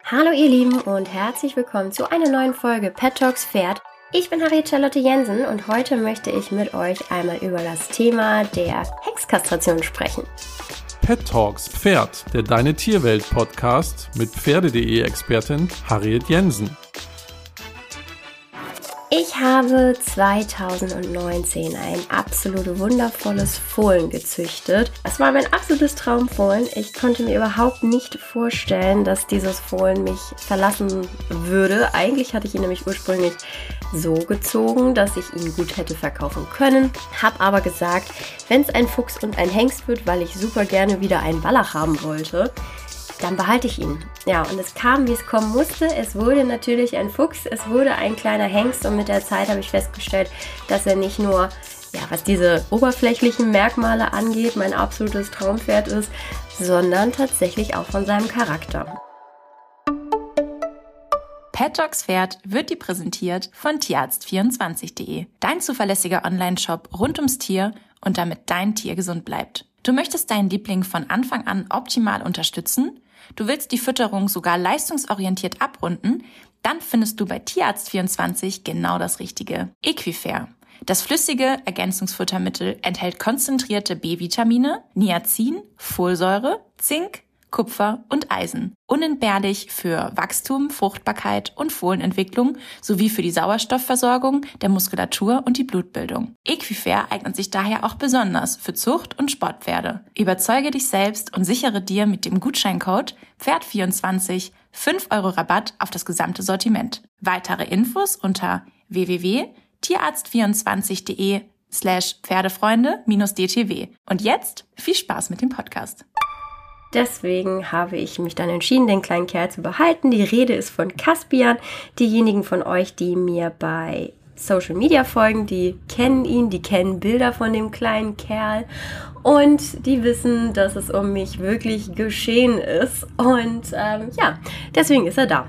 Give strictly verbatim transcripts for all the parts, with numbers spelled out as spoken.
Hallo ihr Lieben und herzlich willkommen zu einer neuen Folge Pet Talks Pferd. Ich bin Harriet Charlotte Jensen und heute möchte ich mit euch einmal über das Thema der Hengstkastration sprechen. Pet Talks Pferd, der Deine Tierwelt Podcast mit Pferde punkt de-Expertin Harriet Jensen. Ich habe zweitausendneunzehn ein absolut wundervolles Fohlen gezüchtet. Es war mein absolutes Traumfohlen. Ich konnte mir überhaupt nicht vorstellen, dass dieses Fohlen mich verlassen würde. Eigentlich hatte ich ihn nämlich ursprünglich so gezogen, dass ich ihn gut hätte verkaufen können. Hab aber gesagt, wenn es ein Fuchs und ein Hengst wird, weil ich super gerne wieder einen Wallach haben wollte, dann behalte ich ihn. Ja, und es kam, wie es kommen musste. Es wurde natürlich ein Fuchs, es wurde ein kleiner Hengst und mit der Zeit habe ich festgestellt, dass er nicht nur, ja, was diese oberflächlichen Merkmale angeht, mein absolutes Traumpferd ist, sondern tatsächlich auch von seinem Charakter. Pet Talks Pferd wird dir präsentiert von tierarzt vierundzwanzig punkt de, dein zuverlässiger Online-Shop rund ums Tier und damit dein Tier gesund bleibt. Du möchtest deinen Liebling von Anfang an optimal unterstützen? Du willst die Fütterung sogar leistungsorientiert abrunden? Dann findest du bei tierarzt vierundzwanzig genau das Richtige. Equifair. Das flüssige Ergänzungsfuttermittel enthält konzentrierte B-Vitamine, Niacin, Folsäure, Zink, Kupfer und Eisen. Unentbehrlich für Wachstum, Fruchtbarkeit und Fohlenentwicklung sowie für die Sauerstoffversorgung der Muskulatur und die Blutbildung. Equifair eignet sich daher auch besonders für Zucht- und Sportpferde. Überzeuge dich selbst und sichere dir mit dem Gutscheincode Pferd vierundzwanzig fünf Euro Rabatt auf das gesamte Sortiment. Weitere Infos unter w w w punkt tierarzt vierundzwanzig punkt de slash Pferdefreunde minus D T W. Und jetzt viel Spaß mit dem Podcast. Deswegen habe ich mich dann entschieden, den kleinen Kerl zu behalten. Die Rede ist von Caspian. Diejenigen von euch, die mir bei Social Media folgen, die kennen ihn, die kennen Bilder von dem kleinen Kerl und die wissen, dass es um mich wirklich geschehen ist. Und ähm, ja, deswegen ist er da.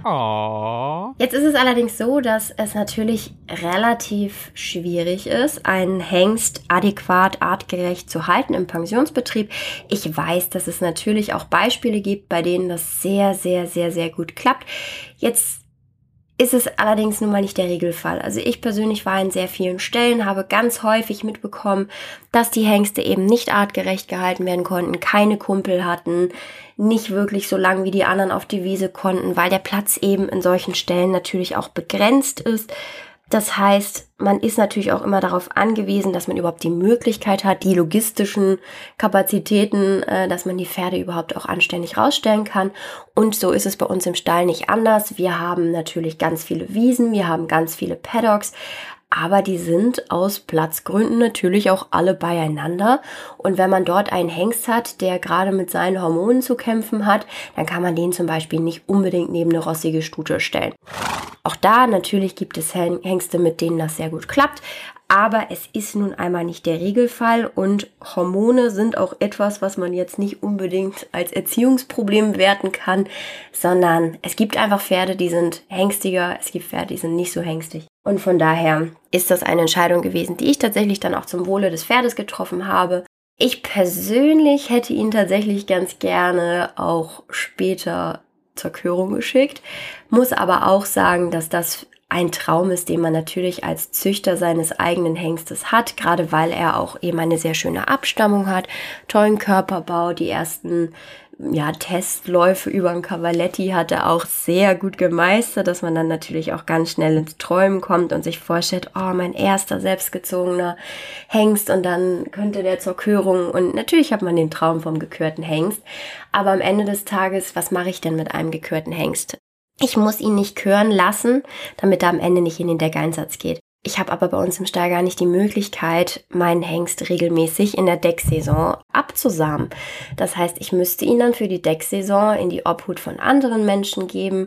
Aww. Jetzt ist es allerdings so, dass es natürlich relativ schwierig ist, einen Hengst adäquat, artgerecht zu halten im Pensionsbetrieb. Ich weiß, dass es natürlich auch Beispiele gibt, bei denen das sehr, sehr, sehr, sehr gut klappt. Jetzt ist es allerdings nun mal nicht der Regelfall. Also ich persönlich war in sehr vielen Stellen, habe ganz häufig mitbekommen, dass die Hengste eben nicht artgerecht gehalten werden konnten, keine Kumpel hatten, nicht wirklich so lang wie die anderen auf die Wiese konnten, weil der Platz eben in solchen Stellen natürlich auch begrenzt ist. Das heißt, man ist natürlich auch immer darauf angewiesen, dass man überhaupt die Möglichkeit hat, die logistischen Kapazitäten, äh, dass man die Pferde überhaupt auch anständig rausstellen kann. Und so ist es bei uns im Stall nicht anders. Wir haben natürlich ganz viele Wiesen, wir haben ganz viele Paddocks, aber die sind aus Platzgründen natürlich auch alle beieinander. Und wenn man dort einen Hengst hat, der gerade mit seinen Hormonen zu kämpfen hat, dann kann man den zum Beispiel nicht unbedingt neben eine rossige Stute stellen. Auch da natürlich gibt es Hengste, mit denen das sehr gut klappt, aber es ist nun einmal nicht der Regelfall und Hormone sind auch etwas, was man jetzt nicht unbedingt als Erziehungsproblem werten kann, sondern es gibt einfach Pferde, die sind hengstiger, es gibt Pferde, die sind nicht so hengstig. Und von daher ist das eine Entscheidung gewesen, die ich tatsächlich dann auch zum Wohle des Pferdes getroffen habe. Ich persönlich hätte ihn tatsächlich ganz gerne auch später zur Körung geschickt, muss aber auch sagen, dass das ein Traum ist, den man natürlich als Züchter seines eigenen Hengstes hat, gerade weil er auch eben eine sehr schöne Abstammung hat, tollen Körperbau, die ersten ja, Testläufe über den Cavaletti hat er auch sehr gut gemeistert, dass man dann natürlich auch ganz schnell ins Träumen kommt und sich vorstellt, oh, mein erster selbstgezogener Hengst und dann könnte der zur Körung und natürlich hat man den Traum vom gekörten Hengst, aber am Ende des Tages, was mache ich denn mit einem gekörten Hengst? Ich muss ihn nicht kören lassen, damit er am Ende nicht in den Deckeinsatz geht. Ich habe aber bei uns im Stall gar nicht die Möglichkeit, meinen Hengst regelmäßig in der Decksaison abzusamen. Das heißt, ich müsste ihn dann für die Decksaison in die Obhut von anderen Menschen geben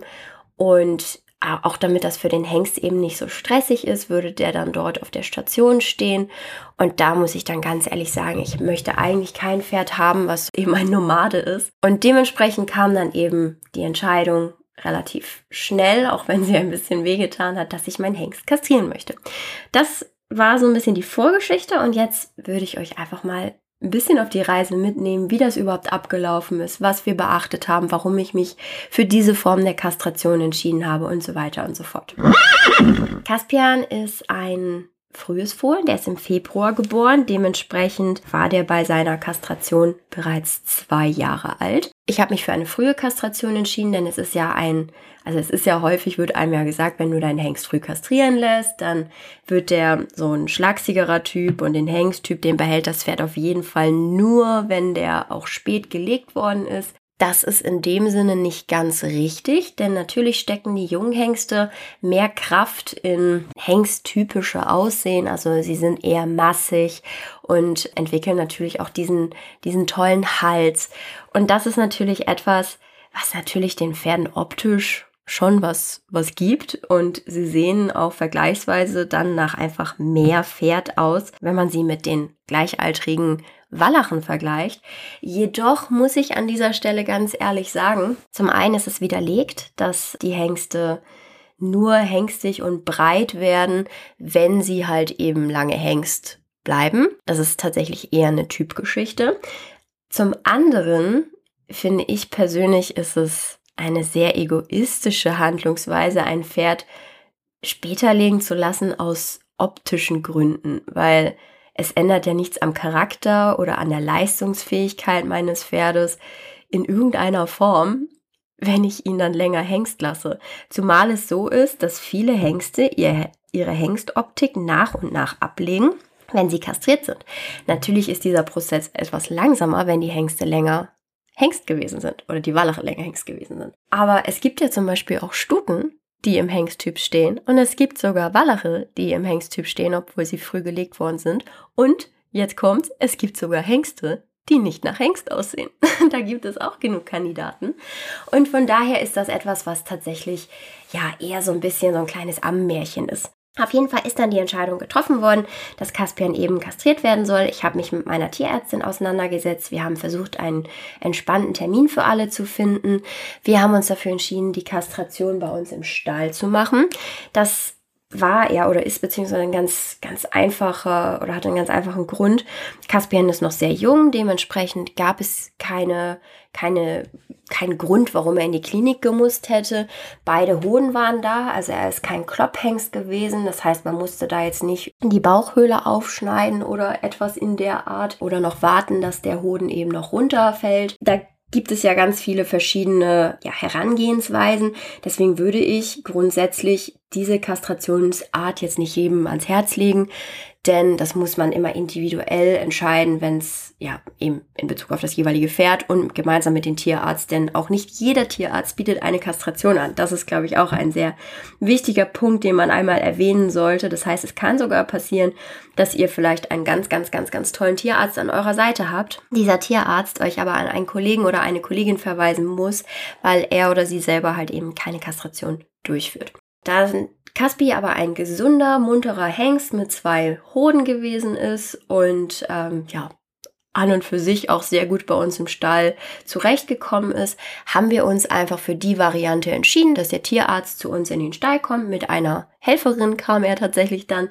und auch damit das für den Hengst eben nicht so stressig ist, würde der dann dort auf der Station stehen. Und da muss ich dann ganz ehrlich sagen, ich möchte eigentlich kein Pferd haben, was eben ein Nomade ist. Und dementsprechend kam dann eben die Entscheidung, relativ schnell, auch wenn sie ein bisschen wehgetan hat, dass ich meinen Hengst kastrieren möchte. Das war so ein bisschen die Vorgeschichte und jetzt würde ich euch einfach mal ein bisschen auf die Reise mitnehmen, wie das überhaupt abgelaufen ist, was wir beachtet haben, warum ich mich für diese Form der Kastration entschieden habe und so weiter und so fort. Caspian ist ein frühes Fohlen, der ist im Februar geboren, dementsprechend war der bei seiner Kastration bereits zwei Jahre alt. Ich habe mich für eine frühe Kastration entschieden, denn es ist ja ein, also es ist ja häufig, wird einem ja gesagt, wenn du deinen Hengst früh kastrieren lässt, dann wird der so ein schlagsigerer Typ und den Hengsttyp, den behält das Pferd auf jeden Fall nur, wenn der auch spät gelegt worden ist. Das ist in dem Sinne nicht ganz richtig, denn natürlich stecken die Junghengste mehr Kraft in hengsttypische Aussehen, also sie sind eher massig und entwickeln natürlich auch diesen, diesen tollen Hals. Und das ist natürlich etwas, was natürlich den Pferden optisch schon was, was gibt und sie sehen auch vergleichsweise dann nach einfach mehr Pferd aus, wenn man sie mit den gleichaltrigen Wallachen vergleicht. Jedoch muss ich an dieser Stelle ganz ehrlich sagen, zum einen ist es widerlegt, dass die Hengste nur hengstig und breit werden, wenn sie halt eben lange Hengst bleiben. Das ist tatsächlich eher eine Typgeschichte. Zum anderen finde ich persönlich, ist es eine sehr egoistische Handlungsweise, ein Pferd später legen zu lassen aus optischen Gründen, weil es ändert ja nichts am Charakter oder an der Leistungsfähigkeit meines Pferdes in irgendeiner Form, wenn ich ihn dann länger Hengst lasse. Zumal es so ist, dass viele Hengste ihr, ihre Hengstoptik nach und nach ablegen, wenn sie kastriert sind. Natürlich ist dieser Prozess etwas langsamer, wenn die Hengste länger Hengst gewesen sind oder die Wallache länger Hengst gewesen sind. Aber es gibt ja zum Beispiel auch Stuten, die im Hengsttyp stehen. Und es gibt sogar Wallache, die im Hengsttyp stehen, obwohl sie früh gelegt worden sind. Und jetzt kommt's, es gibt sogar Hengste, die nicht nach Hengst aussehen. Da gibt es auch genug Kandidaten. Und von daher ist das etwas, was tatsächlich ja eher so ein bisschen so ein kleines Ammenmärchen ist. Auf jeden Fall ist dann die Entscheidung getroffen worden, dass Caspian eben kastriert werden soll. Ich habe mich mit meiner Tierärztin auseinandergesetzt. Wir haben versucht, einen entspannten Termin für alle zu finden. Wir haben uns dafür entschieden, die Kastration bei uns im Stall zu machen. Das war ja oder ist beziehungsweise ein ganz, ganz einfacher oder hat einen ganz einfachen Grund. Caspian ist noch sehr jung, dementsprechend gab es keine, keine, keinen Grund, warum er in die Klinik gemusst hätte. Beide Hoden waren da, also er ist kein Klopphengst gewesen. Das heißt, man musste da jetzt nicht die Bauchhöhle aufschneiden oder etwas in der Art oder noch warten, dass der Hoden eben noch runterfällt. Da gibt es ja ganz viele verschiedene ja, Herangehensweisen. Deswegen würde ich grundsätzlich diese Kastrationsart jetzt nicht jedem ans Herz legen, denn das muss man immer individuell entscheiden, wenn es ja eben in Bezug auf das jeweilige Pferd und gemeinsam mit dem Tierarzt, denn auch nicht jeder Tierarzt bietet eine Kastration an. Das ist, glaube ich, auch ein sehr wichtiger Punkt, den man einmal erwähnen sollte. Das heißt, es kann sogar passieren, dass ihr vielleicht einen ganz, ganz, ganz, ganz tollen Tierarzt an eurer Seite habt. Dieser Tierarzt euch aber an einen Kollegen oder eine Kollegin verweisen muss, weil er oder sie selber halt eben keine Kastration durchführt. Da Caspi aber ein gesunder, munterer Hengst mit zwei Hoden gewesen ist und ähm, ja, an und für sich auch sehr gut bei uns im Stall zurechtgekommen ist, haben wir uns einfach für die Variante entschieden, dass der Tierarzt zu uns in den Stall kommt. Mit einer Helferin kam er tatsächlich dann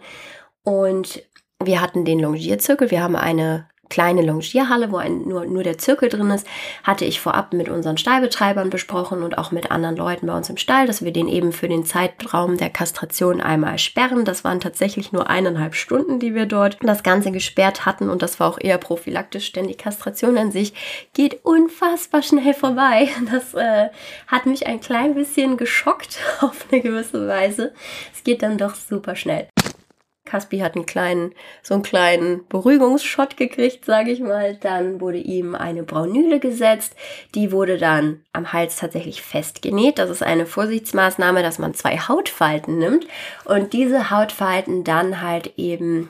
und wir hatten den Longierzirkel. Wir haben eine kleine Longierhalle, wo ein, nur, nur der Zirkel drin ist, hatte ich vorab mit unseren Stallbetreibern besprochen und auch mit anderen Leuten bei uns im Stall, dass wir den eben für den Zeitraum der Kastration einmal sperren. Das waren tatsächlich nur eineinhalb Stunden, die wir dort das Ganze gesperrt hatten und das war auch eher prophylaktisch, denn die Kastration an sich geht unfassbar schnell vorbei. Das äh, hat mich ein klein bisschen geschockt auf eine gewisse Weise. Es geht dann doch super schnell. Caspi hat einen kleinen, so einen kleinen Beruhigungsshot gekriegt, sage ich mal. Dann wurde ihm eine Braunüle gesetzt. Die wurde dann am Hals tatsächlich festgenäht. Das ist eine Vorsichtsmaßnahme, dass man zwei Hautfalten nimmt und diese Hautfalten dann halt eben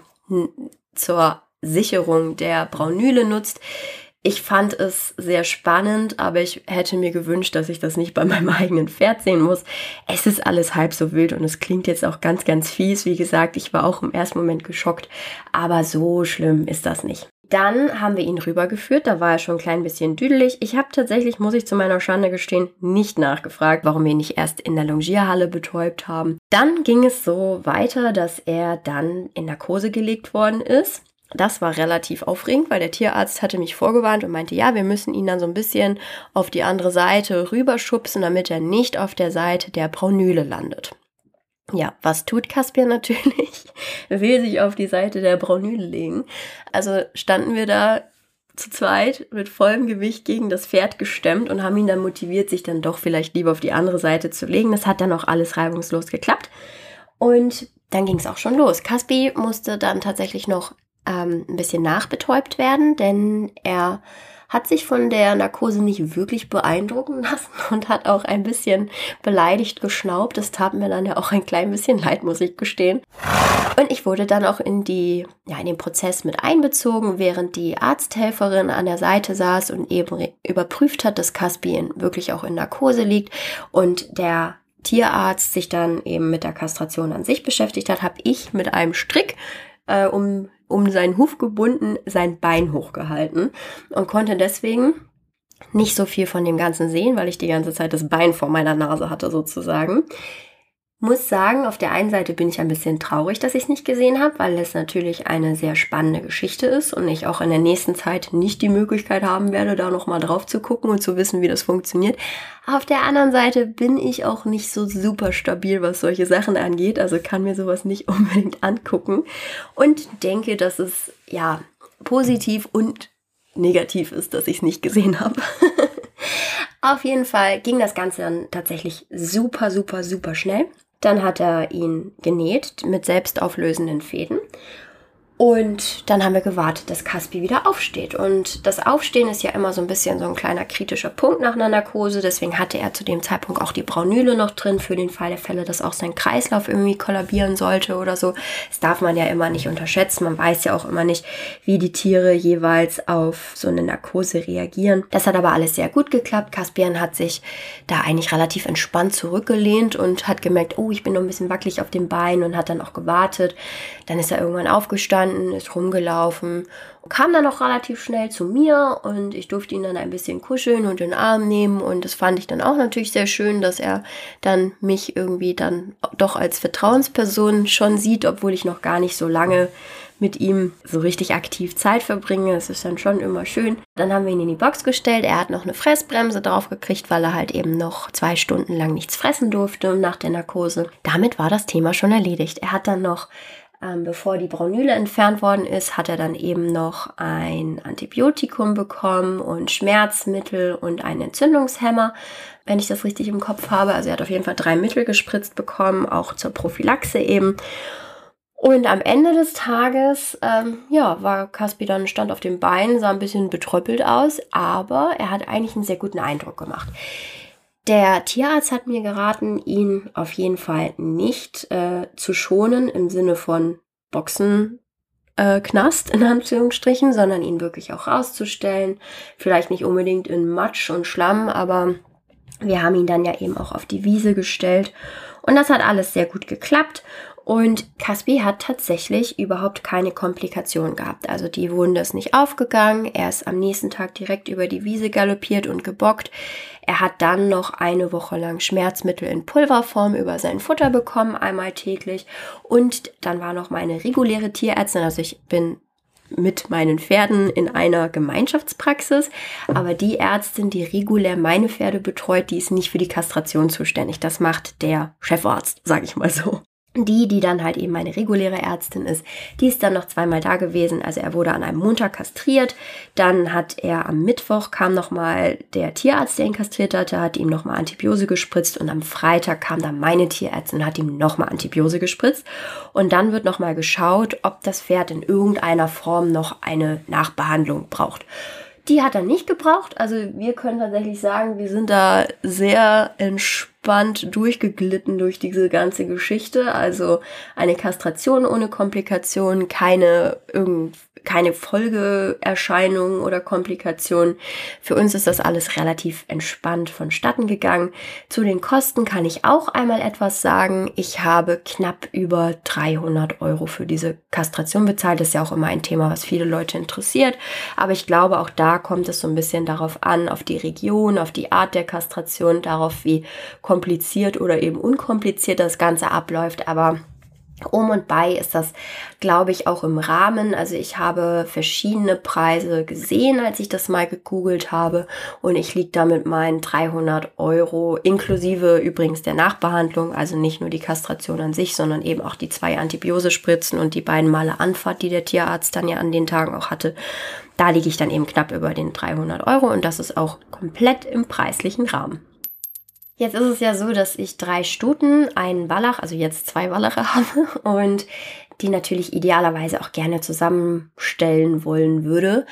zur Sicherung der Braunüle nutzt. Ich fand es sehr spannend, aber ich hätte mir gewünscht, dass ich das nicht bei meinem eigenen Pferd sehen muss. Es ist alles halb so wild und es klingt jetzt auch ganz, ganz fies. Wie gesagt, ich war auch im ersten Moment geschockt, aber so schlimm ist das nicht. Dann haben wir ihn rübergeführt, da war er schon ein klein bisschen düdelig. Ich habe tatsächlich, muss ich zu meiner Schande gestehen, nicht nachgefragt, warum wir ihn nicht erst in der Longierhalle betäubt haben. Dann ging es so weiter, dass er dann in Narkose gelegt worden ist. Das war relativ aufregend, weil der Tierarzt hatte mich vorgewarnt und meinte, ja, wir müssen ihn dann so ein bisschen auf die andere Seite rüberschubsen, damit er nicht auf der Seite der Braunüle landet. Ja, was tut Caspian natürlich? Will sich auf die Seite der Braunüle legen. Also standen wir da zu zweit mit vollem Gewicht gegen das Pferd gestemmt und haben ihn dann motiviert, sich dann doch vielleicht lieber auf die andere Seite zu legen. Das hat dann auch alles reibungslos geklappt. Und dann ging es auch schon los. Caspi musste dann tatsächlich noch ähm, ein bisschen nachbetäubt werden, denn er hat sich von der Narkose nicht wirklich beeindrucken lassen und hat auch ein bisschen beleidigt geschnaubt. Das tat mir dann ja auch ein klein bisschen leid, muss ich gestehen. Und ich wurde dann auch in die, ja, in den Prozess mit einbezogen, während die Arzthelferin an der Seite saß und eben re- überprüft hat, dass Caspi in, wirklich auch in Narkose liegt und der Tierarzt sich dann eben mit der Kastration an sich beschäftigt hat, habe ich mit einem Strick äh, um um seinen Huf gebunden, sein Bein hochgehalten und konnte deswegen nicht so viel von dem Ganzen sehen, weil ich die ganze Zeit das Bein vor meiner Nase hatte sozusagen. Muss sagen, auf der einen Seite bin ich ein bisschen traurig, dass ich es nicht gesehen habe, weil es natürlich eine sehr spannende Geschichte ist und ich auch in der nächsten Zeit nicht die Möglichkeit haben werde, da nochmal drauf zu gucken und zu wissen, wie das funktioniert. Auf der anderen Seite bin ich auch nicht so super stabil, was solche Sachen angeht, also kann mir sowas nicht unbedingt angucken und denke, dass es ja positiv und negativ ist, dass ich es nicht gesehen habe. Auf jeden Fall ging das Ganze dann tatsächlich super, super, super schnell. Dann hat er ihn genäht mit selbstauflösenden Fäden. Und dann haben wir gewartet, dass Caspi wieder aufsteht. Und das Aufstehen ist ja immer so ein bisschen so ein kleiner kritischer Punkt nach einer Narkose. Deswegen hatte er zu dem Zeitpunkt auch die Braunüle noch drin, für den Fall der Fälle, dass auch sein Kreislauf irgendwie kollabieren sollte oder so. Das darf man ja immer nicht unterschätzen. Man weiß ja auch immer nicht, wie die Tiere jeweils auf so eine Narkose reagieren. Das hat aber alles sehr gut geklappt. Caspian hat sich da eigentlich relativ entspannt zurückgelehnt und hat gemerkt, oh, ich bin noch ein bisschen wackelig auf dem Bein und hat dann auch gewartet. Dann ist er irgendwann aufgestanden, ist rumgelaufen, kam dann auch relativ schnell zu mir und ich durfte ihn dann ein bisschen kuscheln und in den Arm nehmen und das fand ich dann auch natürlich sehr schön, dass er dann mich irgendwie dann doch als Vertrauensperson schon sieht, obwohl ich noch gar nicht so lange mit ihm so richtig aktiv Zeit verbringe. Das ist dann schon immer schön. Dann haben wir ihn in die Box gestellt. Er hat noch eine Fressbremse drauf gekriegt, weil er halt eben noch zwei Stunden lang nichts fressen durfte nach der Narkose. Damit war das Thema schon erledigt. Er hat dann noch Ähm, bevor die Braunüle entfernt worden ist, hat er dann eben noch ein Antibiotikum bekommen und Schmerzmittel und einen Entzündungshemmer, wenn ich das richtig im Kopf habe. Also er hat auf jeden Fall drei Mittel gespritzt bekommen, auch zur Prophylaxe eben. Und am Ende des Tages, ähm, ja, war Caspi dann, stand auf dem Bein, sah ein bisschen betröppelt aus, aber er hat eigentlich einen sehr guten Eindruck gemacht. Der Tierarzt hat mir geraten, ihn auf jeden Fall nicht äh, zu schonen im Sinne von Boxenknast äh, in Anführungsstrichen, sondern ihn wirklich auch rauszustellen. Vielleicht nicht unbedingt in Matsch und Schlamm, aber wir haben ihn dann ja eben auch auf die Wiese gestellt und das hat alles sehr gut geklappt. Und Caspi hat tatsächlich überhaupt keine Komplikationen gehabt. Also die Wunde ist nicht aufgegangen. Er ist am nächsten Tag direkt über die Wiese galoppiert und gebockt. Er hat dann noch eine Woche lang Schmerzmittel in Pulverform über sein Futter bekommen, einmal täglich. Und dann war noch meine reguläre Tierärztin, also ich bin mit meinen Pferden in einer Gemeinschaftspraxis, aber die Ärztin, die regulär meine Pferde betreut, die ist nicht für die Kastration zuständig. Das macht der Chefarzt, sage ich mal so. Die, die dann halt eben meine reguläre Ärztin ist, die ist dann noch zweimal da gewesen. Also er wurde an einem Montag kastriert, dann hat er am Mittwoch kam nochmal der Tierarzt, der ihn kastriert hatte, hat ihm nochmal Antibiose gespritzt und am Freitag kam dann meine Tierärztin und hat ihm nochmal Antibiose gespritzt und dann wird nochmal geschaut, ob das Pferd in irgendeiner Form noch eine Nachbehandlung braucht. Die hat er nicht gebraucht, also wir können tatsächlich sagen, wir sind da sehr entspannt durchgeglitten durch diese ganze Geschichte, also eine Kastration ohne Komplikationen, keine irgend keine Folgeerscheinungen oder Komplikationen. Für uns ist das alles relativ entspannt vonstatten gegangen. Zu den Kosten kann ich auch einmal etwas sagen. Ich habe knapp über dreihundert Euro für diese Kastration bezahlt. Das ist ja auch immer ein Thema, was viele Leute interessiert. Aber ich glaube, auch da kommt es so ein bisschen darauf an, auf die Region, auf die Art der Kastration, darauf, wie kompliziert oder eben unkompliziert das Ganze abläuft. Aber Um und bei ist das, glaube ich, auch im Rahmen. Also ich habe verschiedene Preise gesehen, als ich das mal gegoogelt habe. Und ich liege da mit meinen dreihundert Euro, inklusive übrigens der Nachbehandlung. Also nicht nur die Kastration an sich, sondern eben auch die zwei Antibiose-Spritzen und die beiden Male Anfahrt, die der Tierarzt dann ja an den Tagen auch hatte. Da liege ich dann eben knapp über den dreihundert Euro und das ist auch komplett im preislichen Rahmen. Jetzt ist es ja so, dass ich drei Stuten, einen Wallach, also jetzt zwei Wallache habe und die natürlich idealerweise auch gerne zusammenstellen wollen würde.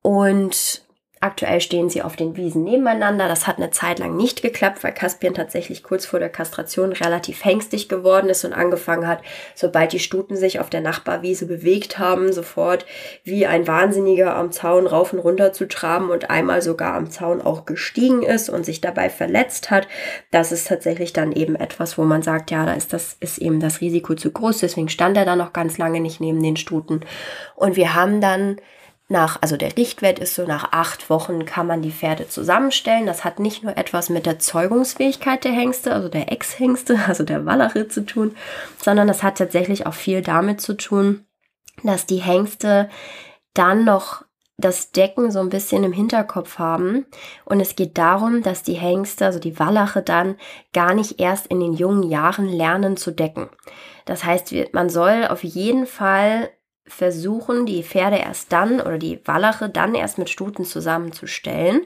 Und aktuell stehen sie auf den Wiesen nebeneinander. Das hat eine Zeit lang nicht geklappt, weil Caspian tatsächlich kurz vor der Kastration relativ hängstig geworden ist und angefangen hat, sobald die Stuten sich auf der Nachbarwiese bewegt haben, sofort wie ein Wahnsinniger am Zaun rauf und runter zu traben und einmal sogar am Zaun auch gestiegen ist und sich dabei verletzt hat. Das ist tatsächlich dann eben etwas, wo man sagt, ja, da ist das ist eben das Risiko zu groß. Deswegen stand er da noch ganz lange nicht neben den Stuten. Und wir haben dann Nach, also der Richtwert ist so, nach acht Wochen kann man die Pferde zusammenstellen. Das hat nicht nur etwas mit der Zeugungsfähigkeit der Hengste, also der Ex-Hengste, also der Wallache zu tun, sondern das hat tatsächlich auch viel damit zu tun, dass die Hengste dann noch das Decken so ein bisschen im Hinterkopf haben. Und es geht darum, dass die Hengste, also die Wallache dann gar nicht erst in den jungen Jahren lernen zu decken. Das heißt, man soll auf jeden Fall versuchen, die Pferde erst dann oder die Wallache dann erst mit Stuten zusammenzustellen,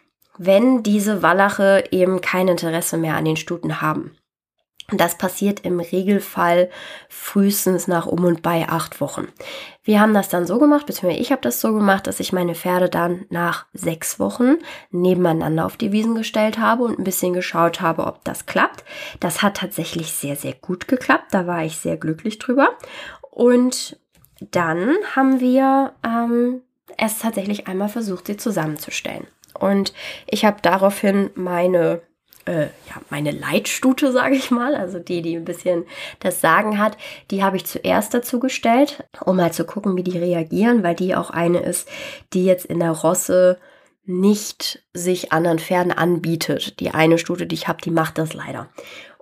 wenn diese Wallache eben kein Interesse mehr an den Stuten haben. Und das passiert im Regelfall frühestens nach um und bei acht Wochen. Wir haben das dann so gemacht, beziehungsweise ich habe das so gemacht, dass ich meine Pferde dann nach sechs Wochen nebeneinander auf die Wiesen gestellt habe und ein bisschen geschaut habe, ob das klappt. Das hat tatsächlich sehr, sehr gut geklappt. Da war ich sehr glücklich drüber. Und dann haben wir ähm, es tatsächlich einmal versucht, sie zusammenzustellen. Und ich habe daraufhin meine, äh, ja, meine Leitstute, sage ich mal, also die, die ein bisschen das Sagen hat, die habe ich zuerst dazu gestellt, um mal zu gucken, wie die reagieren, weil die auch eine ist, die jetzt in der Rosse nicht sich anderen Pferden anbietet. Die eine Stute, die ich habe, die macht das leider.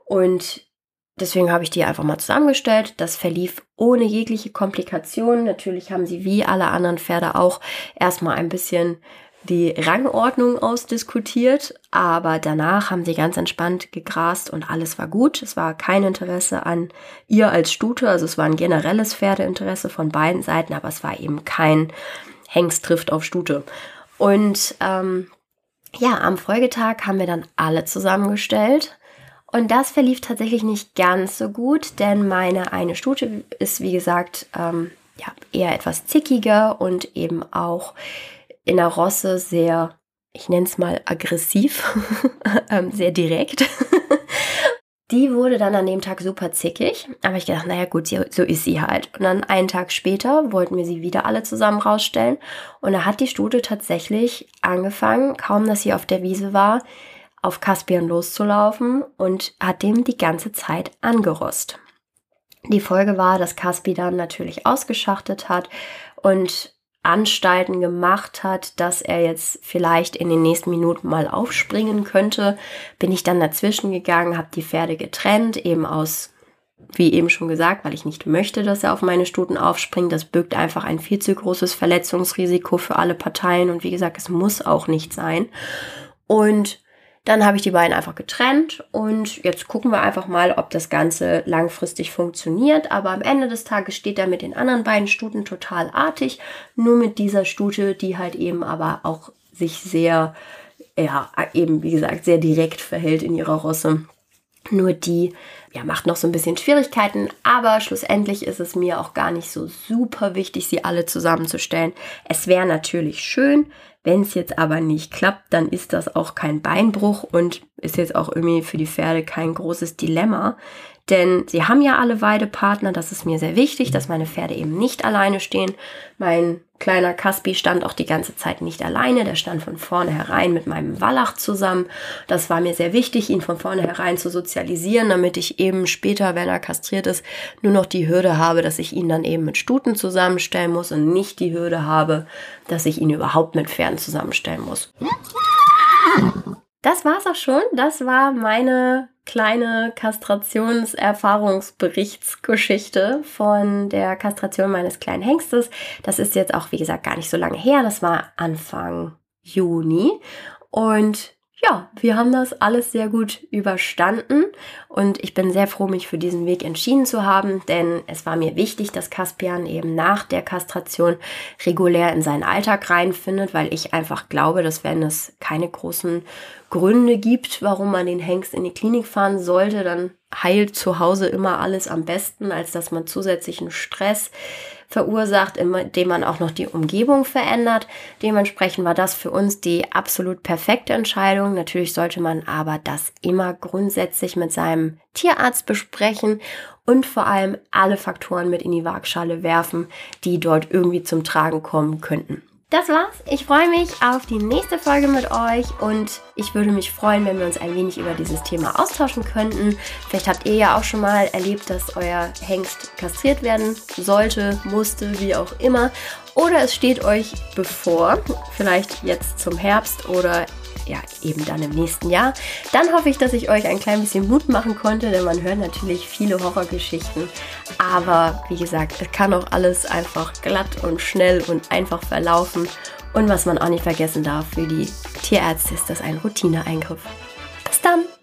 Und deswegen habe ich die einfach mal zusammengestellt. Das verlief ohne jegliche Komplikationen. Natürlich haben sie wie alle anderen Pferde auch erstmal ein bisschen die Rangordnung ausdiskutiert, aber danach haben sie ganz entspannt gegrast und alles war gut. Es war kein Interesse an ihr als Stute, also es war ein generelles Pferdeinteresse von beiden Seiten, aber es war eben kein Hengst trifft auf Stute. Und ähm, ja, am Folgetag haben wir dann alle zusammengestellt. Und das verlief tatsächlich nicht ganz so gut, denn meine eine Stute ist, wie gesagt, ähm, ja, eher etwas zickiger und eben auch in der Rosse sehr, ich nenne es mal aggressiv, ähm, sehr direkt. Die wurde dann an dem Tag super zickig, aber ich dachte, naja gut, so ist sie halt. Und dann einen Tag später wollten wir sie wieder alle zusammen rausstellen und da hat die Stute tatsächlich angefangen, kaum dass sie auf der Wiese war, auf Caspian loszulaufen und hat dem die ganze Zeit angerosst. Die Folge war, dass Caspi dann natürlich ausgeschachtet hat und Anstalten gemacht hat, dass er jetzt vielleicht in den nächsten Minuten mal aufspringen könnte. Bin ich dann dazwischen gegangen, habe die Pferde getrennt, eben aus, wie eben schon gesagt, weil ich nicht möchte, dass er auf meine Stuten aufspringt. Das birgt einfach ein viel zu großes Verletzungsrisiko für alle Parteien und wie gesagt, es muss auch nicht sein. Und dann habe ich die beiden einfach getrennt und jetzt gucken wir einfach mal, ob das Ganze langfristig funktioniert. Aber am Ende des Tages steht er mit den anderen beiden Stuten total artig. Nur mit dieser Stute, die halt eben aber auch sich sehr, ja, eben wie gesagt, sehr direkt verhält in ihrer Rosse. Nur die, ja, macht noch so ein bisschen Schwierigkeiten, aber schlussendlich ist es mir auch gar nicht so super wichtig, sie alle zusammenzustellen. Es wäre natürlich schön, wenn es jetzt aber nicht klappt, dann ist das auch kein Beinbruch und ist jetzt auch irgendwie für die Pferde kein großes Dilemma. Denn sie haben ja alle Weidepartner, das ist mir sehr wichtig, dass meine Pferde eben nicht alleine stehen. Mein kleiner Caspi stand auch die ganze Zeit nicht alleine, der stand von vornherein mit meinem Wallach zusammen. Das war mir sehr wichtig, ihn von vornherein zu sozialisieren, damit ich eben später, wenn er kastriert ist, nur noch die Hürde habe, dass ich ihn dann eben mit Stuten zusammenstellen muss und nicht die Hürde habe, dass ich ihn überhaupt mit Pferden zusammenstellen muss. Das war's auch schon. Das war meine kleine Kastrationserfahrungsberichtsgeschichte von der Kastration meines kleinen Hengstes. Das ist jetzt auch, wie gesagt, gar nicht so lange her. Das war Anfang Juni. Und ja, wir haben das alles sehr gut überstanden und ich bin sehr froh, mich für diesen Weg entschieden zu haben, denn es war mir wichtig, dass Caspian eben nach der Kastration regulär in seinen Alltag reinfindet, weil ich einfach glaube, dass wenn es keine großen Gründe gibt, warum man den Hengst in die Klinik fahren sollte, dann heilt zu Hause immer alles am besten, als dass man zusätzlichen Stress verursacht, indem man auch noch die Umgebung verändert. Dementsprechend war das für uns die absolut perfekte Entscheidung. Natürlich sollte man aber das immer grundsätzlich mit seinem Tierarzt besprechen und vor allem alle Faktoren mit in die Waagschale werfen, die dort irgendwie zum Tragen kommen könnten. Das war's. Ich freue mich auf die nächste Folge mit euch und ich würde mich freuen, wenn wir uns ein wenig über dieses Thema austauschen könnten. Vielleicht habt ihr ja auch schon mal erlebt, dass euer Hengst kastriert werden sollte, musste, wie auch immer. Oder es steht euch bevor, vielleicht jetzt zum Herbst oder ja, eben dann im nächsten Jahr. Dann hoffe ich, dass ich euch ein klein bisschen Mut machen konnte, denn man hört natürlich viele Horrorgeschichten. Aber wie gesagt, es kann auch alles einfach glatt und schnell und einfach verlaufen. Und was man auch nicht vergessen darf, für die Tierärzte ist das ein Routineeingriff. Bis dann!